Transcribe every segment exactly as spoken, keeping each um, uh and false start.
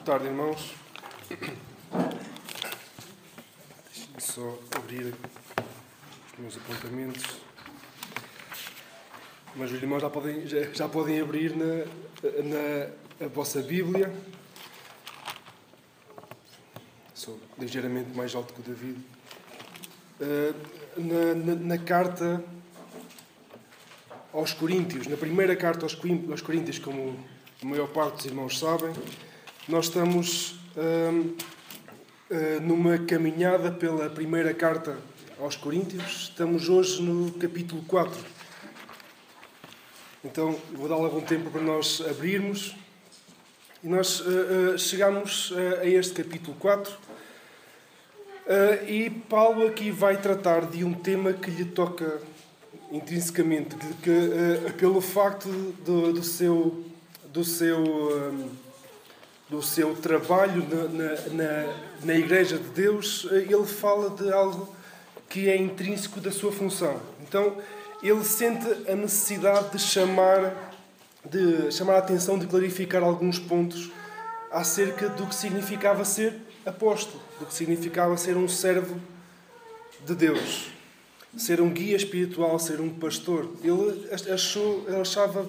Boa tarde, irmãos. Deixem-me só abrir os meus apontamentos. Mas os irmãos já podem, já, já podem abrir na, na a vossa Bíblia. Sou ligeiramente mais alto que o David. Uh, na, na, na carta aos Coríntios, na primeira carta aos, aos Coríntios, como a maior parte dos irmãos sabem, nós estamos uh, uh, numa caminhada pela primeira carta aos Coríntios. Estamos hoje no capítulo quatro. Então, vou dar algum tempo para nós abrirmos. E nós uh, uh, chegamos uh, a este capítulo quatro. Uh, e Paulo aqui vai tratar de um tema que lhe toca intrinsecamente, que, que, uh, pelo facto do, do seu... do seu um, do seu trabalho na, na, na Igreja de Deus, ele fala de algo que é intrínseco da sua função. Então, ele sente a necessidade de chamar, de chamar a atenção, de clarificar alguns pontos acerca do que significava ser apóstolo, do que significava ser um servo de Deus, ser um guia espiritual, ser um pastor. Ele achou, ele achava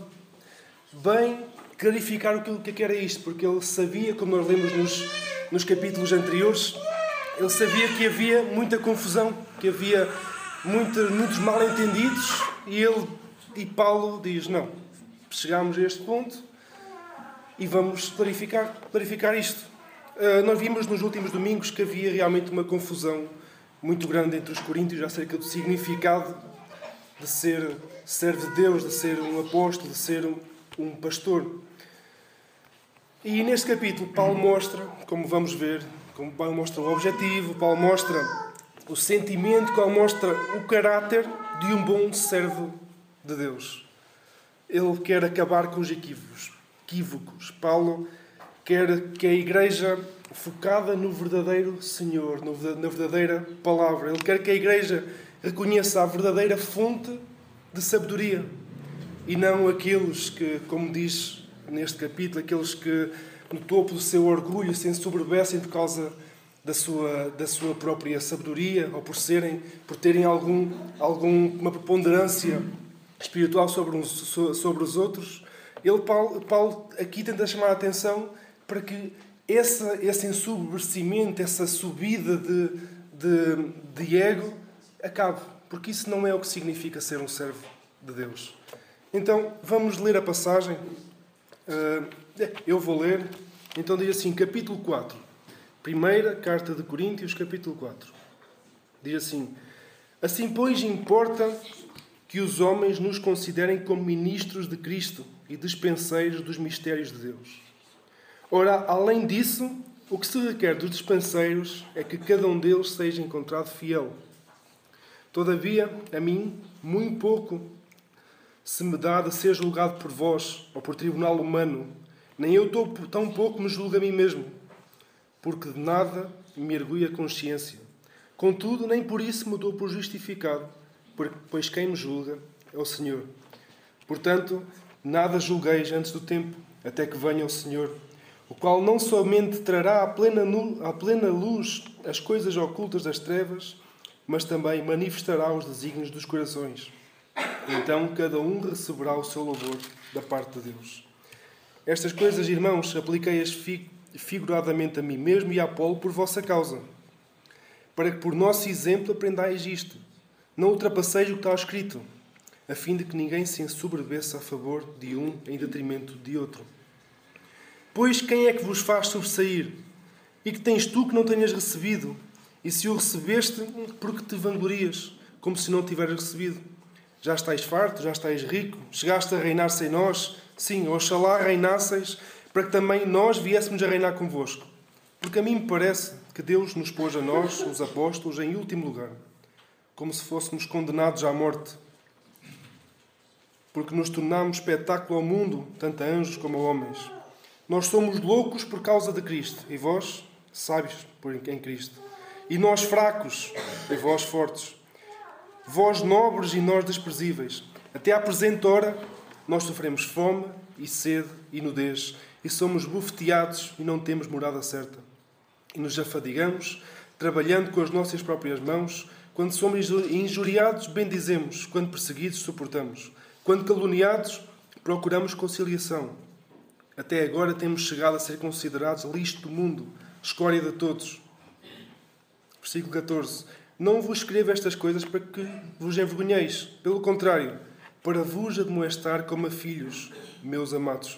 bem clarificar o que era isto, porque ele sabia, como nós lemos nos, nos capítulos anteriores, ele sabia que havia muita confusão, que havia muito, muitos mal-entendidos, e ele e Paulo diz, não, chegámos a este ponto e vamos clarificar, clarificar isto. Uh, nós vimos nos últimos domingos que havia realmente uma confusão muito grande entre os coríntios acerca do significado de ser servo de Deus, de ser um apóstolo, de ser um, um pastor. E neste capítulo, Paulo mostra, como vamos ver, como Paulo mostra o objetivo, Paulo mostra o sentimento, Paulo mostra o caráter de um bom servo de Deus. Ele quer acabar com os equívocos. equívocos. Paulo quer que a Igreja, focada no verdadeiro Senhor, na verdadeira palavra, ele quer que a Igreja reconheça a verdadeira fonte de sabedoria e não aqueles que, como diz neste capítulo, aqueles que no topo do seu orgulho se ensoberbecem por causa da sua, da sua própria sabedoria ou por, serem, por terem algum, alguma preponderância espiritual sobre, uns, sobre os outros. Ele, Paulo, Paulo aqui tenta chamar a atenção para que essa, esse ensoberbecimento, essa subida de, de, de ego acabe, porque isso não é o que significa ser um servo de Deus. Então, vamos ler a passagem. Uh, eu vou ler. Então diz assim, capítulo quatro. Primeira carta de Coríntios, capítulo quatro. Diz assim: assim, pois, importa que os homens nos considerem como ministros de Cristo e dispenseiros dos mistérios de Deus. Ora, além disso, o que se requer dos dispenseiros é que cada um deles seja encontrado fiel. Todavia, a mim, muito pouco se me dá de ser julgado por vós, ou por tribunal humano, nem eu tão pouco me julgo a mim mesmo, porque de nada me ergui a consciência. Contudo, nem por isso me dou por justificado, pois quem me julga é o Senhor. Portanto, nada julgueis antes do tempo, até que venha o Senhor, o qual não somente trará à plena, à plena luz as coisas ocultas das trevas, mas também manifestará os desígnios dos corações. Então, cada um receberá o seu louvor da parte de Deus. Estas coisas, irmãos, apliquei-as figuradamente a mim mesmo e a Apolo por vossa causa, para que por nosso exemplo aprendais isto. Não ultrapasseis o que está escrito, a fim de que ninguém se ensoberbeça a favor de um em detrimento de outro. Pois quem é que vos faz sobressair? E que tens tu que não tenhas recebido? E se o recebeste, porque te vanglorias, como se não tiveras recebido? Já estáis farto, já estáis rico, chegaste a reinar sem nós? Sim, oxalá reinasseis, para que também nós viéssemos a reinar convosco. Porque a mim me parece que Deus nos pôs a nós, os apóstolos, em último lugar, como se fôssemos condenados à morte. Porque nos tornámos espetáculo ao mundo, tanto a anjos como a homens. Nós somos loucos por causa de Cristo, e vós, sábios em Cristo. E nós fracos, e vós fortes. Vós nobres e nós desprezíveis. Até à presente hora, nós sofremos fome e sede e nudez. e somos bofeteados e não temos morada certa. E nos afadigamos, trabalhando com as nossas próprias mãos. Quando somos injuriados, bendizemos. Quando perseguidos, suportamos. Quando caluniados, procuramos conciliação. Até agora temos chegado a ser considerados lixo do mundo, escória de todos. Versículo catorze. Não vos escrevo estas coisas para que vos envergonheis. Pelo contrário, para vos admoestar como a filhos, meus amados.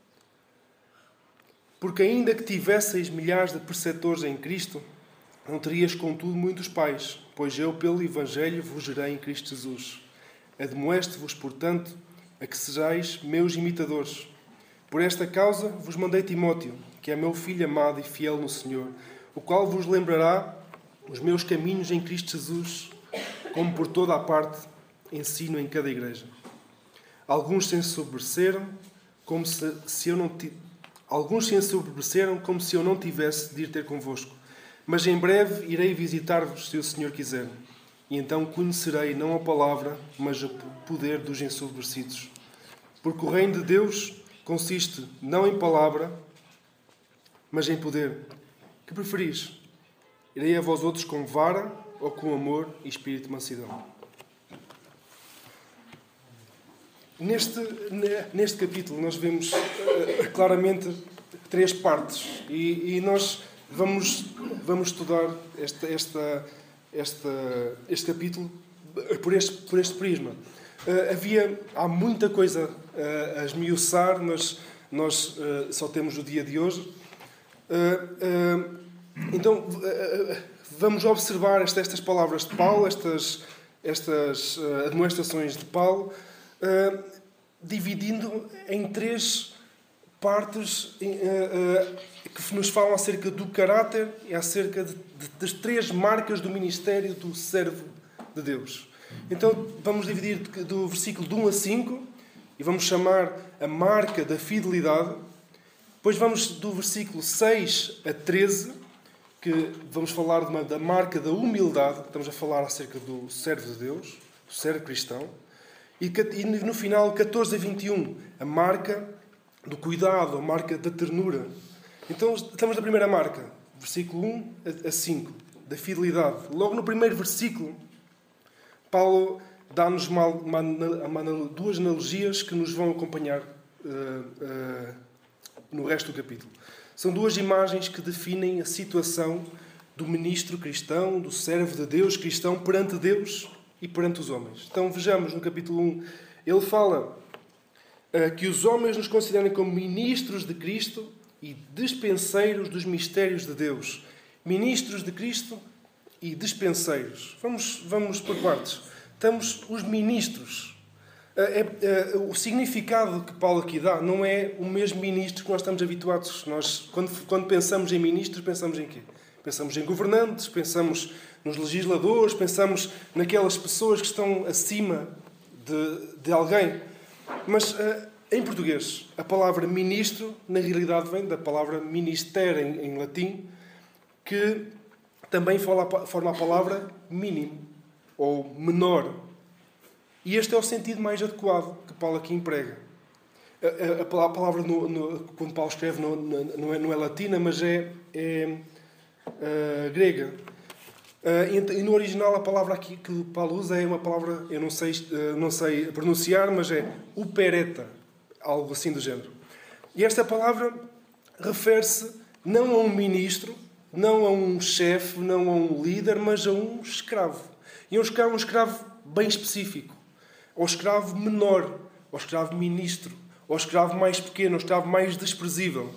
Porque ainda que tivesseis milhares de preceptores em Cristo, não terias, contudo, muitos pais, pois eu, pelo Evangelho, vos gerei em Cristo Jesus. Admoeste-vos, portanto, a que sejais meus imitadores. Por esta causa vos mandei Timóteo, que é meu filho amado e fiel no Senhor, o qual vos lembrará os meus caminhos em Cristo Jesus, como por toda a parte ensino em cada igreja. Alguns se ensoberbeceram, como se, se eu não ti... Alguns se ensoberbeceram como se eu não tivesse de ir ter convosco. Mas em breve irei visitar-vos, se o Senhor quiser. E então conhecerei não a palavra, mas o poder dos ensoberbecidos. Porque o reino de Deus consiste não em palavra, mas em poder. Que preferis? Irei a vós outros com vara ou com amor e espírito de mansidão? Neste, neste capítulo nós vemos uh, claramente três partes e, e nós vamos, vamos estudar esta, esta, esta, este capítulo por este, por este prisma. Uh, havia, há muita coisa uh, a esmiuçar, mas nós uh, só temos o dia de hoje. Uh, uh, então uh, vamos observar esta, estas palavras de Paulo, estas, estas uh, admoestações de Paulo, Uh, dividindo em três partes uh, uh, que nos falam acerca do caráter e acerca de, de, das três marcas do ministério do servo de Deus. Então vamos dividir do versículo de um a cinco e vamos chamar a marca da fidelidade. Depois vamos do versículo seis a treze, que vamos falar de uma, da marca da humildade. Estamos a falar acerca do servo de Deus, do servo cristão. E no final, catorze a vinte e um, a marca do cuidado, a marca da ternura. Então, estamos na primeira marca, versículo um a cinco, da fidelidade. Logo no primeiro versículo, Paulo dá-nos uma, uma, uma, duas analogias que nos vão acompanhar uh, uh, no resto do capítulo. São duas imagens que definem a situação do ministro cristão, do servo de Deus cristão perante Deus e perante os homens. Então vejamos no capítulo um, ele fala uh, que os homens nos considerem como ministros de Cristo e despenseiros dos mistérios de Deus. Ministros de Cristo e despenseiros. Vamos, vamos por partes. Estamos os ministros. Uh, é, uh, o significado que Paulo aqui dá não é o mesmo ministro que nós estamos habituados. Nós, quando, quando pensamos em ministros, pensamos em quê? Pensamos em governantes, pensamos nos legisladores, pensamos naquelas pessoas que estão acima de, de alguém. Mas, uh, em português, a palavra ministro, na realidade, vem da palavra ministério em, em latim, que também fala, forma a palavra mínimo, ou menor. E este é o sentido mais adequado que Paulo aqui emprega. A, a, a palavra, no, no, quando Paulo escreve, no, no, não, é, não é latina, mas é... é Uh, grega. Uh, e no original a palavra aqui que Paulo usa é uma palavra, eu não sei, uh, não sei pronunciar, mas é upereta, algo assim do género. E esta palavra refere-se não a um ministro, não a um chefe, não a um líder, mas a um escravo. E um escravo, um escravo bem específico. Ao escravo menor, ao escravo ministro, ao escravo mais pequeno, ao escravo mais desprezível.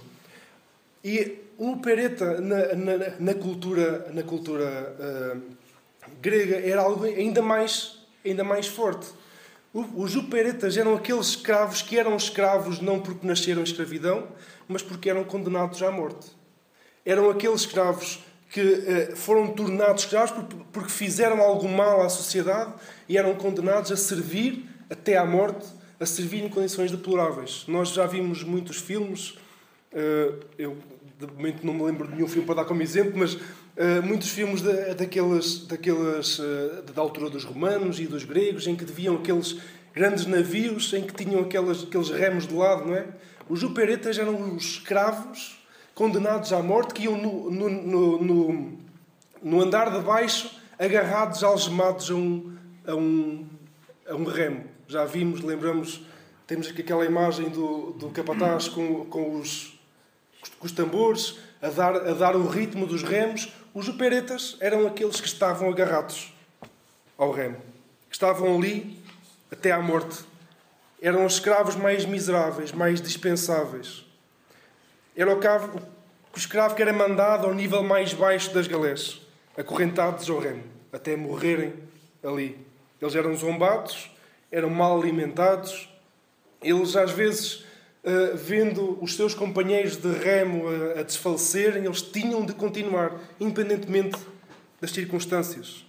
E um opereta na, na, na cultura, na cultura uh, grega era algo ainda mais, ainda mais forte. O, os operetas eram aqueles escravos que eram escravos não porque nasceram em escravidão, mas porque eram condenados à morte. Eram aqueles escravos que uh, foram tornados escravos porque, porque fizeram algo mal à sociedade e eram condenados a servir até à morte, a servir em condições deploráveis. Nós já vimos muitos filmes, uh, eu de momento não me lembro de nenhum filme para dar como exemplo, mas uh, muitos filmes da, daqueles, daqueles, uh, da altura dos romanos e dos gregos, em que deviam aqueles grandes navios, em que tinham aqueles, aqueles remos de lado, não é? Os operetas eram os escravos condenados à morte que iam no, no, no, no, no andar de baixo, agarrados, algemados a um, a um, a um remo. Já vimos, lembramos, temos aqui aquela imagem do, do capataz com, com, os, com os tambores, a dar, a dar o ritmo dos remos. Os operetas eram aqueles que estavam agarrados ao remo, que estavam ali até à morte. Eram os escravos mais miseráveis, mais dispensáveis. Era o, cavo, o escravo que era mandado ao nível mais baixo das galés, acorrentados ao remo, até morrerem ali. Eles eram zombados, eram mal alimentados. Eles, às vezes, vendo os seus companheiros de remo a desfalecerem, eles tinham de continuar, independentemente das circunstâncias.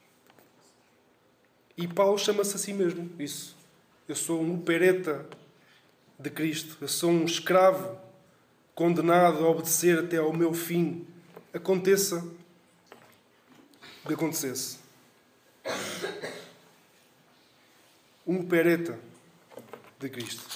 E Paulo chama-se a si mesmo isso. Eu sou um opereta de Cristo. Eu sou um escravo condenado a obedecer até ao meu fim. Aconteça o que acontecesse. Um opereta de Cristo.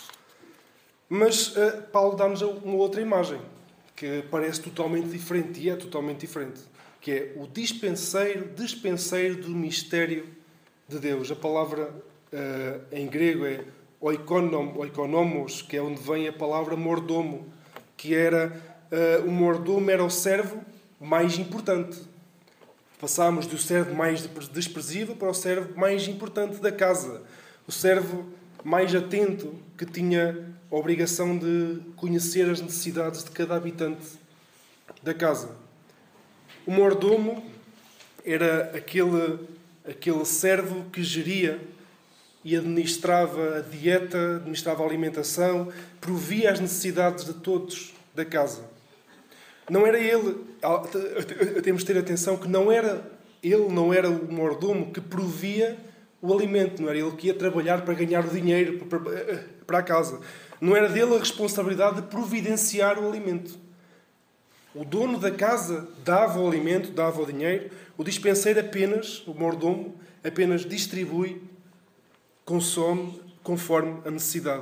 Mas uh, Paulo dá-nos uma outra imagem que parece totalmente diferente, e é totalmente diferente, que é o dispenseiro, dispenseiro do mistério de Deus. A palavra uh, em grego é oikonom, oikonomos, que é onde vem a palavra mordomo, que era uh, o mordomo era o servo mais importante. Passámos do servo mais desprezível para o servo mais importante da casa. O servo mais atento, que tinha a obrigação de conhecer as necessidades de cada habitante da casa. O mordomo era aquele, aquele servo que geria e administrava a dieta, administrava a alimentação, provia as necessidades de todos da casa. Não era ele, temos de ter atenção que não era ele, não era o mordomo que provia o alimento, não era ele que ia trabalhar para ganhar o dinheiro para, para a casa. Não era dele a responsabilidade de providenciar o alimento. O dono da casa dava o alimento, dava o dinheiro. O dispenseiro apenas, o mordomo, apenas distribui, consome conforme a necessidade.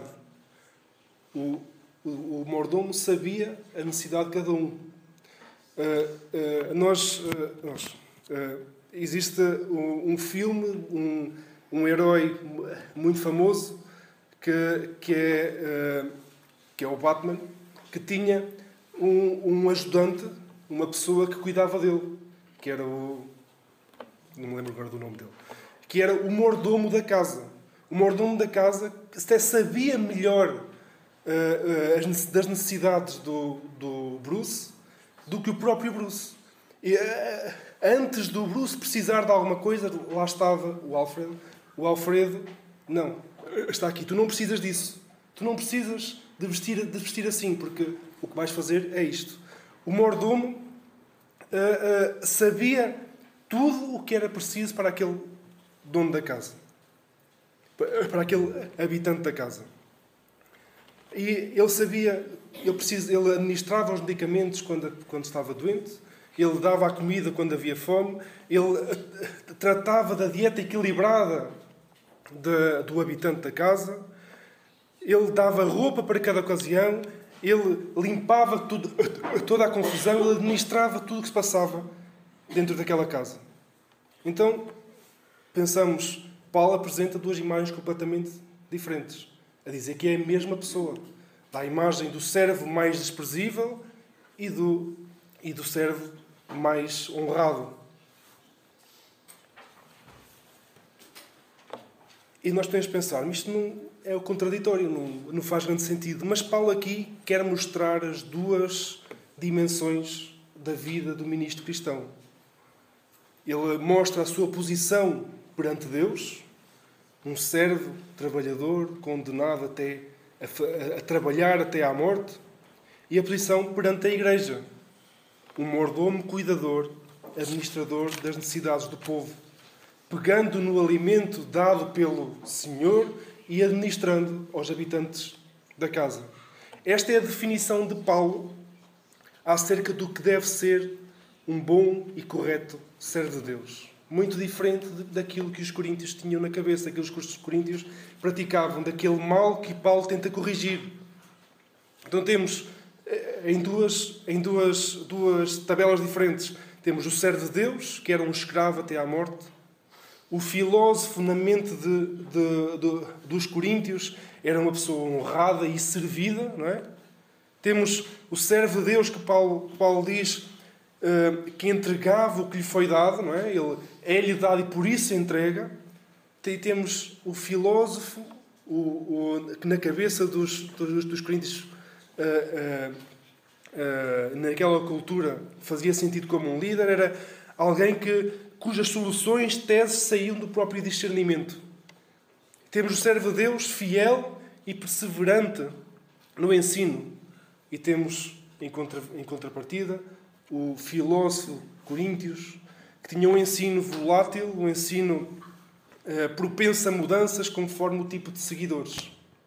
O, o, o mordomo sabia a necessidade de cada um. Uh, uh, nós, uh, nós uh, existe um, um filme, um, um herói muito famoso, que, que, é, uh, que é o Batman, que tinha um, um ajudante, uma pessoa que cuidava dele, que era o... não me lembro agora do nome dele. Que era o mordomo da casa. O mordomo da casa até sabia melhor uh, uh, as, das necessidades do, do Bruce do que o próprio Bruce. E, uh, antes do Bruce precisar de alguma coisa, lá estava o Alfredo. O Alfredo, não, está aqui. Tu não precisas disso. Tu não precisas de vestir, de vestir assim, porque o que vais fazer é isto. O mordomo uh, uh, sabia tudo o que era preciso para aquele dono da casa. Para aquele habitante da casa. E ele sabia, ele, precisa, ele administrava os medicamentos quando, quando estava doente, ele dava a comida quando havia fome, ele tratava da dieta equilibrada de, do habitante da casa, ele dava roupa para cada ocasião, ele limpava tudo, toda a confusão, ele administrava tudo o que se passava dentro daquela casa. Então, pensamos... Paulo apresenta duas imagens completamente diferentes, a dizer que é a mesma pessoa. Dá a imagem do servo mais desprezível e do, e do servo mais honrado. E nós temos de pensar, isto não é o contraditório, não, não faz grande sentido. Mas Paulo aqui quer mostrar as duas dimensões da vida do ministro cristão. Ele mostra a sua posição perante Deus, um servo, trabalhador, condenado até a, a, a trabalhar até à morte, e a posição perante a Igreja, um mordomo cuidador, administrador das necessidades do povo, pegando no alimento dado pelo Senhor e administrando aos habitantes da casa. Esta é a definição de Paulo acerca do que deve ser um bom e correto servo de Deus. Muito diferente daquilo que os coríntios tinham na cabeça, daquilo que os coríntios praticavam, daquele mal que Paulo tenta corrigir. Então temos, em duas, em duas, duas tabelas diferentes, temos o servo de Deus, que era um escravo até à morte. O filósofo, na mente de, de, de, dos coríntios, era uma pessoa honrada e servida, não é? Temos o servo de Deus, que Paulo, Paulo diz uh, que entregava o que lhe foi dado, não é? Ele é-lhe dado e por isso entrega. E temos o filósofo, o, o, que na cabeça dos, dos, dos coríntios, uh, uh, uh, naquela cultura, fazia sentido como um líder, era alguém que, cujas soluções, teses, saíam do próprio discernimento. Temos o servo de Deus, fiel e perseverante no ensino. E temos, em, contra, em contrapartida, o filósofo coríntios, que tinha um ensino volátil, um ensino uh, propenso a mudanças conforme o tipo de seguidores.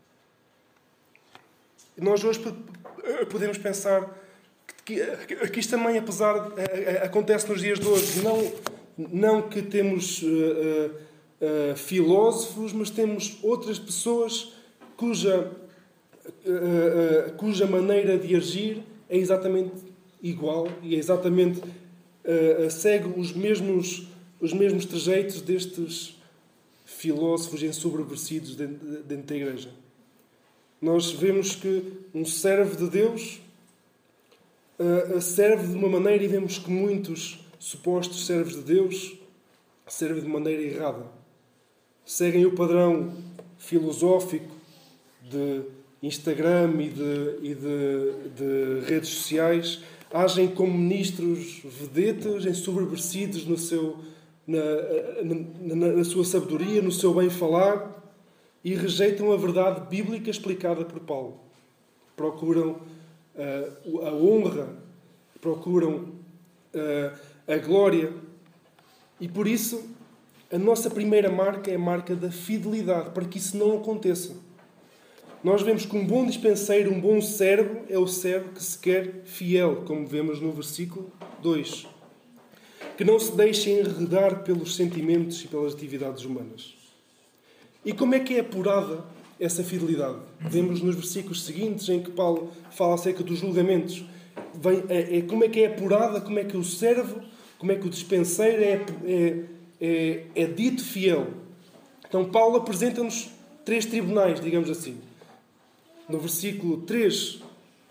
E nós hoje podemos pensar que, que, que isto também, apesar de, acontece nos dias de hoje, não, não que temos uh, uh, uh, filósofos, mas temos outras pessoas cuja Uh, uh, cuja maneira de agir é exatamente igual e é exatamente uh, uh, segue os mesmos, os mesmos trejeitos destes filósofos ensubreversidos dentro, dentro da Igreja. Nós vemos que um servo de Deus uh, uh, serve de uma maneira, e vemos que muitos supostos servos de Deus servem de maneira errada. Seguem o padrão filosófico de Instagram e de, e de, de redes sociais, agem como ministros vedetas, ensubreversidos no seu, na, na, na sua sabedoria, no seu bem-falar, e rejeitam a verdade bíblica explicada por Paulo. Procuram uh, a honra, procuram uh, a glória, e por isso a nossa primeira marca é a marca da fidelidade, para que isso não aconteça. Nós vemos que um bom dispenseiro, um bom servo, é o servo que se quer fiel, como vemos no versículo dois. Que não se deixe enredar pelos sentimentos e pelas atividades humanas. E como é que é apurada essa fidelidade? Vemos nos versículos seguintes, em que Paulo fala acerca dos julgamentos. Vem, é, é, como é que é apurada, como é que o servo, como é que o dispenseiro é, é, é, é dito fiel. Então Paulo apresenta-nos três tribunais, digamos assim. No versículo três,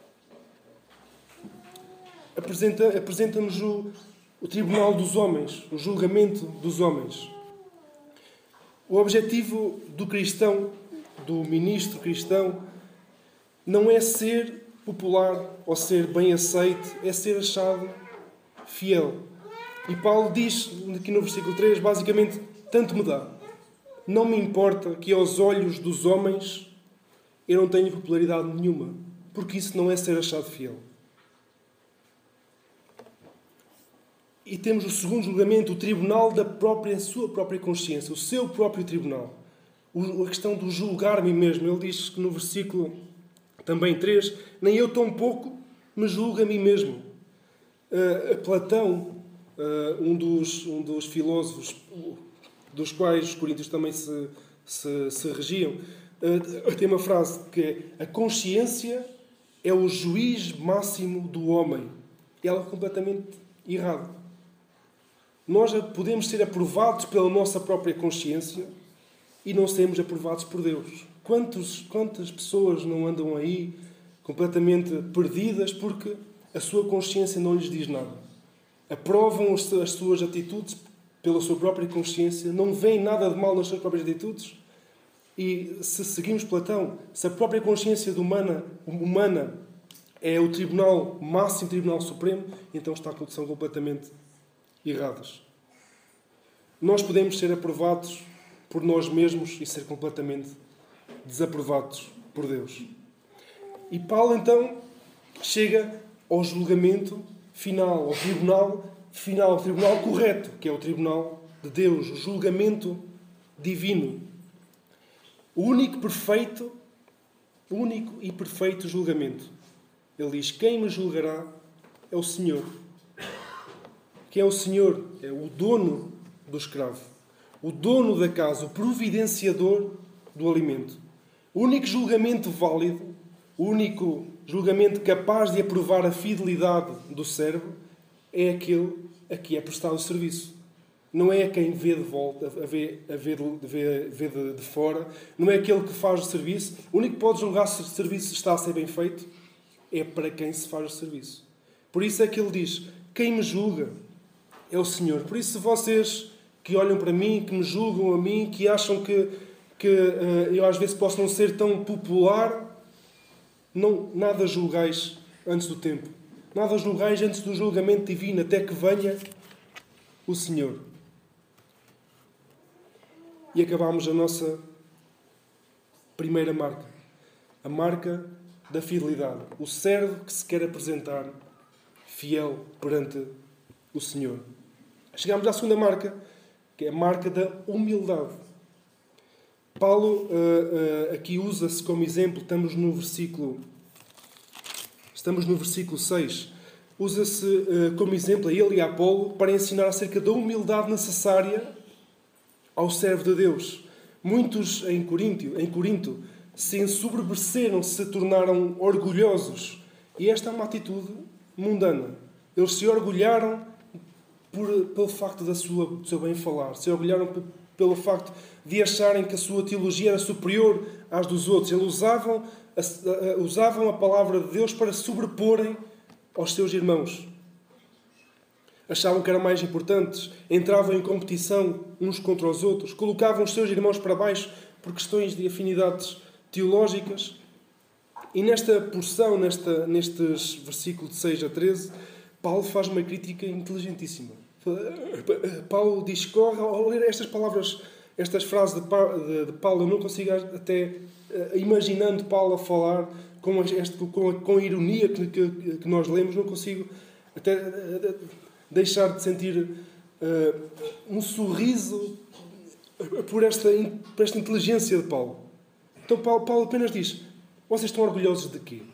apresenta, apresenta-nos o, o tribunal dos homens, o julgamento dos homens. O objetivo do cristão, do ministro cristão, não é ser popular ou ser bem aceite, é ser achado fiel. E Paulo diz aqui no versículo três, basicamente, tanto me dá. Não me importa que aos olhos dos homens eu não tenho popularidade nenhuma, porque isso não é ser achado fiel. E temos o segundo julgamento, o tribunal da própria, sua própria consciência, o seu próprio tribunal. O, a questão do julgar-me mesmo. Ele diz que no versículo também três, nem eu tão pouco me julgo a mim mesmo. Uh, Platão, uh, um, dos, um dos filósofos dos quais os coríntios também se, se, se regiam, Uh, tem uma frase que é: a consciência é o juiz máximo do homem. E ela é completamente errada. Nós podemos ser aprovados pela nossa própria consciência e não sermos aprovados por Deus. Quantos, quantas pessoas não andam aí completamente perdidas porque a sua consciência não lhes diz nada? Aprovam as suas atitudes pela sua própria consciência, não veem nada de mal nas suas próprias atitudes. E se seguimos Platão, se a própria consciência humana, humana é o tribunal máximo, tribunal supremo, então está, são completamente erradas. Nós podemos ser aprovados por nós mesmos e ser completamente desaprovados por Deus. E Paulo então chega ao julgamento final, ao tribunal final, ao tribunal correto, que é o tribunal de Deus, o julgamento divino. O único perfeito, o único e perfeito julgamento. Ele diz: quem me julgará é o Senhor. Quem é o Senhor? É o dono do escravo, o dono da casa, o providenciador do alimento. O único julgamento válido, o único julgamento capaz de aprovar a fidelidade do servo é aquele a que é prestado o serviço. Não é a quem vê de volta, a vê, a vê, de, vê, vê de, de fora, não é aquele que faz o serviço. O único que pode julgar se o serviço está a ser bem feito é para quem se faz o serviço. Por isso é que ele diz: quem me julga é o Senhor. Por isso, se vocês que olham para mim, que me julgam a mim, que acham que, que uh, eu às vezes posso não ser tão popular, não, nada julgais antes do tempo. Nada julgais antes do julgamento divino, até que venha o Senhor. E acabamos a nossa primeira marca. A marca da fidelidade. O servo que se quer apresentar fiel perante o Senhor. Chegamos à segunda marca, que é a marca da humildade. Paulo uh, uh, aqui usa-se como exemplo, estamos no versículo, estamos no versículo seis, usa-se uh, como exemplo a ele e a Apolo para ensinar acerca da humildade necessária ao servo de Deus. Muitos em Corinto, em Corinto se ensoberbeceram, se tornaram orgulhosos. E esta é uma atitude mundana. Eles se orgulharam por, pelo facto da sua, do seu bem falar. Se orgulharam p- pelo facto de acharem que a sua teologia era superior às dos outros. Eles usavam a, a, usavam a palavra de Deus para sobreporem aos seus irmãos. Achavam que eram mais importantes. Entravam em competição uns contra os outros. Colocavam os seus irmãos para baixo por questões de afinidades teológicas. E nesta porção, nesta, nestes versículos de seis a treze, Paulo faz uma crítica inteligentíssima. Paulo discorre, ao ler estas palavras, estas frases de Paulo, eu não consigo até, imaginando Paulo a falar com, este, com, a, com a ironia que, que, que nós lemos, não consigo até deixar de sentir uh, um sorriso por esta, por esta inteligência de Paulo. Então Paulo, Paulo apenas diz: vocês estão orgulhosos de quê?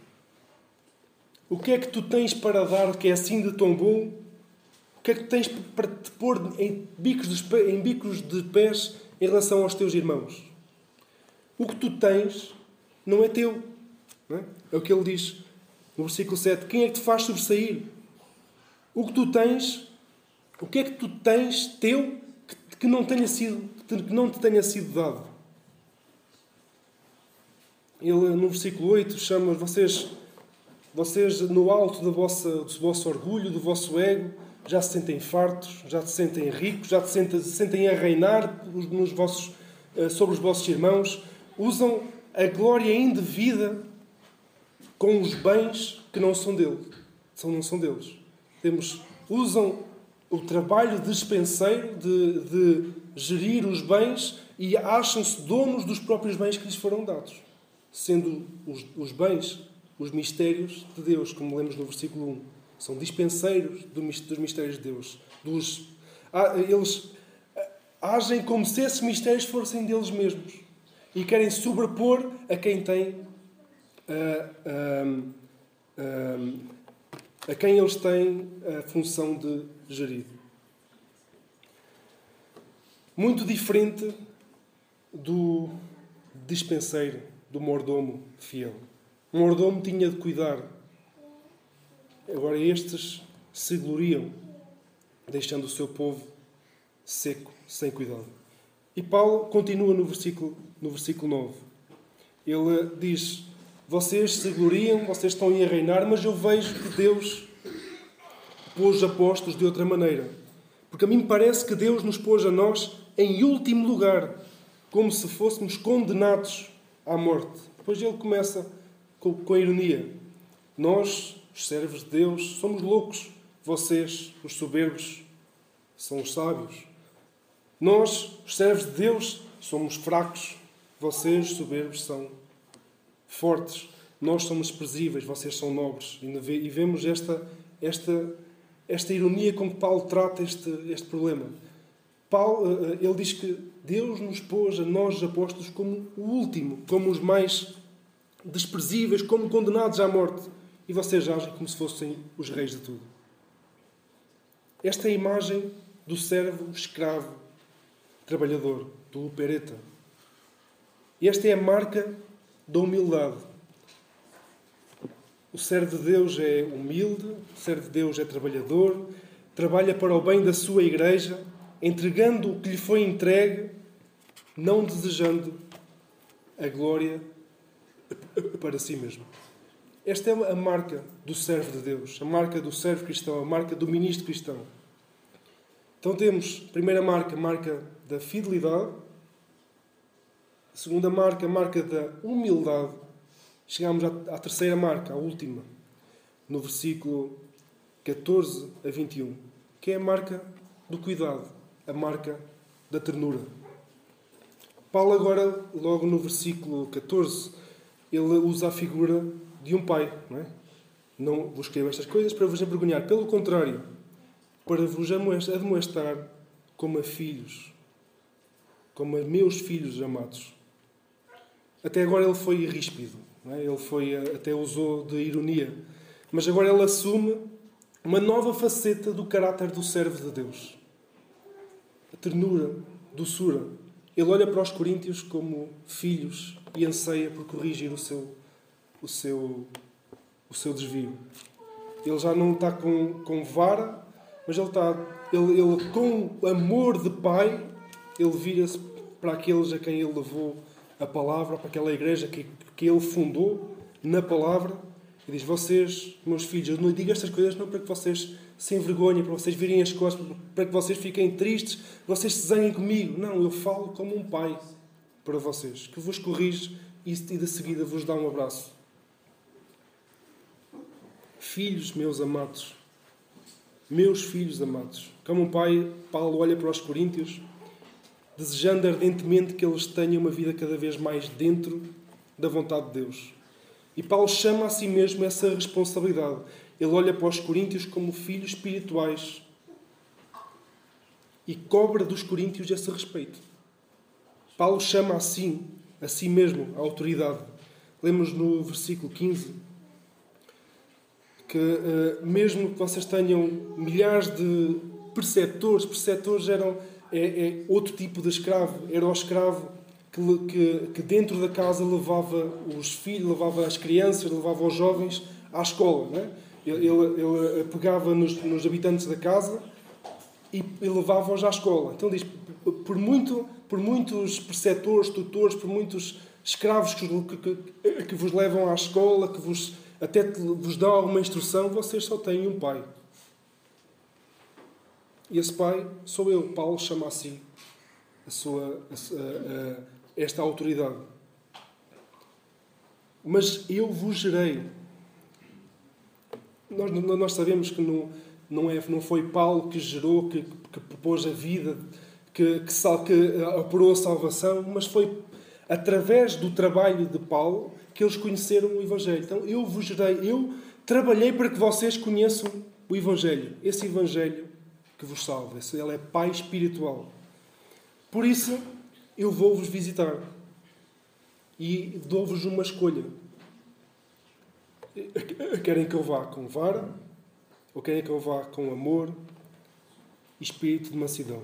O que é que tu tens para dar que é assim de tão bom? O que é que tens para te pôr em bicos de pés, em bicos de pés em relação aos teus irmãos? O que tu tens não é teu. Não é? É o que ele diz no versículo sete. Quem é que te faz sobressair? O que tu tens, o que é que tu tens teu que, que, não, tenha sido, que não te tenha sido dado? Ele, no versículo oito, chama vocês, vocês no alto da vossa, do vosso orgulho, do vosso ego, já se sentem fartos, já se sentem ricos, já se sentem, se sentem a reinar nos vossos, sobre os vossos irmãos. Usam a glória indevida com os bens que não são deles. Não são deles. Temos, usam o trabalho despenseiro de, de gerir os bens e acham-se donos dos próprios bens que lhes foram dados. Sendo os, os bens, os mistérios de Deus, como lemos no versículo um. São dispenseiros dos mistérios de Deus. Dos, eles agem como se esses mistérios fossem deles mesmos. E querem sobrepor a quem tem... A, a, a, a quem eles têm a função de gerir. Muito diferente do dispenseiro, do mordomo fiel. O mordomo tinha de cuidar. Agora estes se gloriam, deixando o seu povo seco, sem cuidado. E Paulo continua no versículo, no versículo nove. Ele diz: vocês se gloriam, vocês estão a reinar, mas eu vejo que Deus pôs os apóstolos de outra maneira. Porque a mim me parece que Deus nos pôs a nós em último lugar, como se fôssemos condenados à morte. Depois ele começa com, com a ironia. Nós, os servos de Deus, somos loucos. Vocês, os soberbos, são os sábios. Nós, os servos de Deus, somos fracos. Vocês, os soberbos, são fortes. Nós somos desprezíveis. Vocês são nobres. E vemos esta, esta, esta ironia com que Paulo trata este, este problema. Paulo, ele diz que Deus nos pôs a nós, os apóstolos, como o último, como os mais desprezíveis, como condenados à morte. E vocês agem como se fossem os reis de tudo. Esta é a imagem do servo escravo, trabalhador, do opereta. E esta é a marca da humildade. O servo de Deus é humilde, o servo de Deus é trabalhador, trabalha para o bem da sua igreja, entregando o que lhe foi entregue, não desejando a glória para si mesmo. Esta é a marca do servo de Deus, a marca do servo cristão, a marca do ministro cristão. Então temos a primeira marca, a marca da fidelidade. A segunda marca, a marca da humildade. Chegamos à, à terceira marca, à última, no versículo catorze a vinte e um, que é a marca do cuidado, a marca da ternura. Paulo agora, logo no versículo catorze, ele usa a figura de um pai. Não é? Não vos escrevo estas coisas para vos envergonhar. Pelo contrário, para vos admoestar como a filhos, como a meus filhos amados. Até agora ele foi ríspido, não é? Ele foi, até usou de ironia. Mas agora ele assume uma nova faceta do caráter do servo de Deus. A ternura, doçura. Ele olha para os coríntios como filhos e anseia por corrigir o seu, o seu, o seu desvio. Ele já não está com, com vara, mas ele está, ele, ele, com amor de pai, ele vira-se para aqueles a quem ele levou a palavra, para aquela igreja que, que ele fundou na palavra, e diz: vocês, meus filhos, eu não digo estas coisas não para que vocês se envergonhem, para vocês virem as costas, para que vocês fiquem tristes, vocês se zanguem comigo. Não, eu falo como um pai para vocês, que vos corrige e de seguida vos dá um abraço. Filhos meus amados, meus filhos amados. Como um pai, Paulo olha para os coríntios, desejando ardentemente que eles tenham uma vida cada vez mais dentro da vontade de Deus. E Paulo chama a si mesmo essa responsabilidade. Ele olha para os coríntios como filhos espirituais e cobra dos coríntios esse respeito. Paulo chama assim, a si mesmo, a autoridade. Lemos no versículo quinze que uh, mesmo que vocês tenham milhares de preceptores, preceptores eram é, é outro tipo de escravo, era o escravo que, que, que dentro da casa levava os filhos, levava as crianças, levava os jovens à escola. Não é? ele, ele, ele pegava nos, nos habitantes da casa e, e levava-os à escola. Então diz, por, muito, por muitos preceptores, tutores, por muitos escravos que, que, que vos levam à escola, que vos, até vos dão alguma instrução, vocês só têm um pai. E esse pai sou eu. Paulo chama assim a sua, a, a, a, esta autoridade. Mas eu vos gerei. Nós, nós sabemos que não, não, é, não foi Paulo que gerou, que, que propôs a vida, que, que, sal, que operou a salvação, mas foi através do trabalho de Paulo que eles conheceram o Evangelho. Então eu vos gerei, eu trabalhei para que vocês conheçam o Evangelho. Esse Evangelho que vos salva. Ele é Pai espiritual. Por isso, eu vou-vos visitar. E dou-vos uma escolha. Querem que eu vá com vara? Ou querem que eu vá com amor e espírito de mansidão?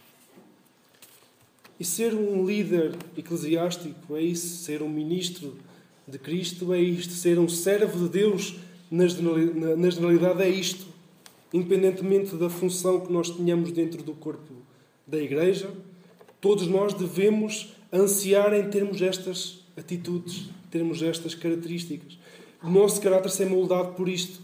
E ser um líder eclesiástico é isso. Ser um ministro de Cristo é isto. Ser um servo de Deus, na generalidade, é isto. Independentemente da função que nós tenhamos dentro do corpo da Igreja, todos nós devemos ansiar em termos estas atitudes, termos estas características. O nosso caráter ser moldado por isto.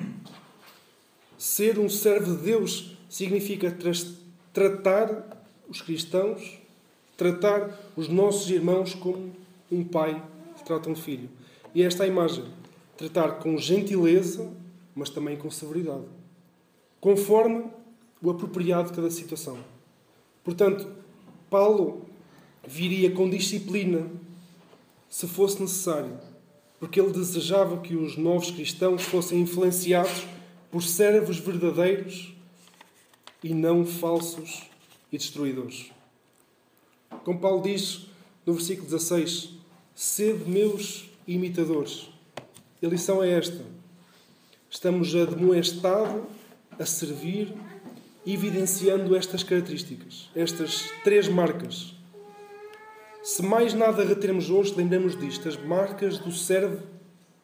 Ser um servo de Deus significa tratar os cristãos, tratar os nossos irmãos como um pai trata um filho. E esta é a imagem. Tratar com gentileza, mas também com severidade. Conforme o apropriado de cada situação. Portanto, Paulo viria com disciplina, se fosse necessário, porque ele desejava que os novos cristãos fossem influenciados por servos verdadeiros e não falsos e destruidores. Como Paulo diz no versículo dezasseis, sede meus imitadores. A lição é esta. Estamos admoestados a servir, evidenciando estas características, estas três marcas. Se mais nada retermos hoje, lembremos disto, as marcas do servo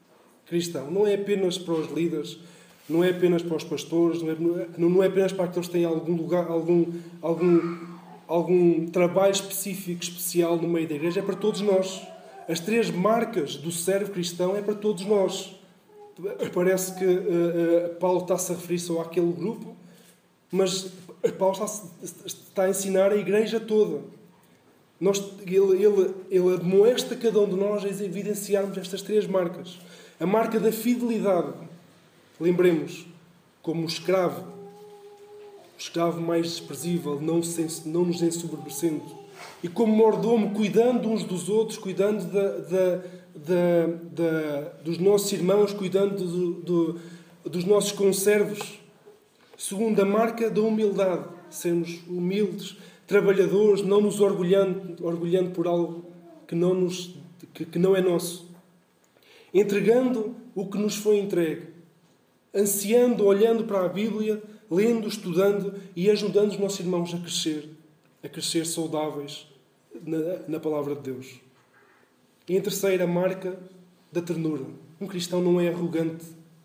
cristão não é apenas para os líderes, não é apenas para os pastores, não é, não é apenas para aqueles que têm algum lugar, algum, algum, algum trabalho específico, especial no meio da igreja, é para todos nós. As três marcas do servo cristão é para todos nós. Parece que uh, uh, Paulo está-se a referir só àquele grupo, mas Paulo está, está a ensinar a igreja toda. Nós, ele, ele, ele admoesta cada um de nós a evidenciarmos estas três marcas. A marca da fidelidade. Lembremos, como o escravo, o escravo mais desprezível, não, se, não nos ensoberbecendo. E como mordomo, cuidando uns dos outros, cuidando da, da, da, da, dos nossos irmãos, cuidando do, do, dos nossos conservos. Segundo, a marca da humildade. Sermos humildes, trabalhadores, não nos orgulhando, orgulhando por algo que não, nos, que, que não é nosso. Entregando o que nos foi entregue. Ansiando, olhando para a Bíblia, lendo, estudando e ajudando os nossos irmãos a crescer, a crescer saudáveis na, na palavra de Deus. E em terceira, a marca da ternura. Um cristão não é arrogante.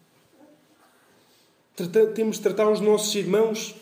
Trata, temos de tratar os nossos irmãos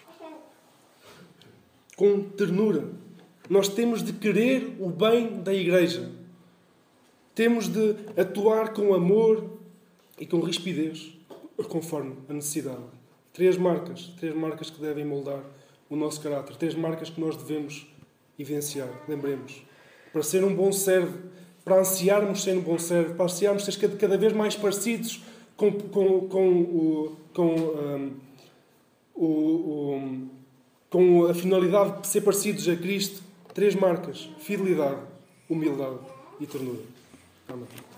com ternura. Nós temos de querer o bem da igreja. Temos de atuar com amor e com rispidez, conforme a necessidade. Três marcas, três marcas que devem moldar o nosso caráter. Três marcas que nós devemos evidenciar. Lembremos. Para ser um bom servo, para ansiarmos ser um bom servo, para ansiarmos ser cada, cada vez mais parecidos com, com, com, o, com, um, o, o, com a finalidade de ser parecidos a Cristo. Três marcas. Fidelidade, humildade e ternura. Amém.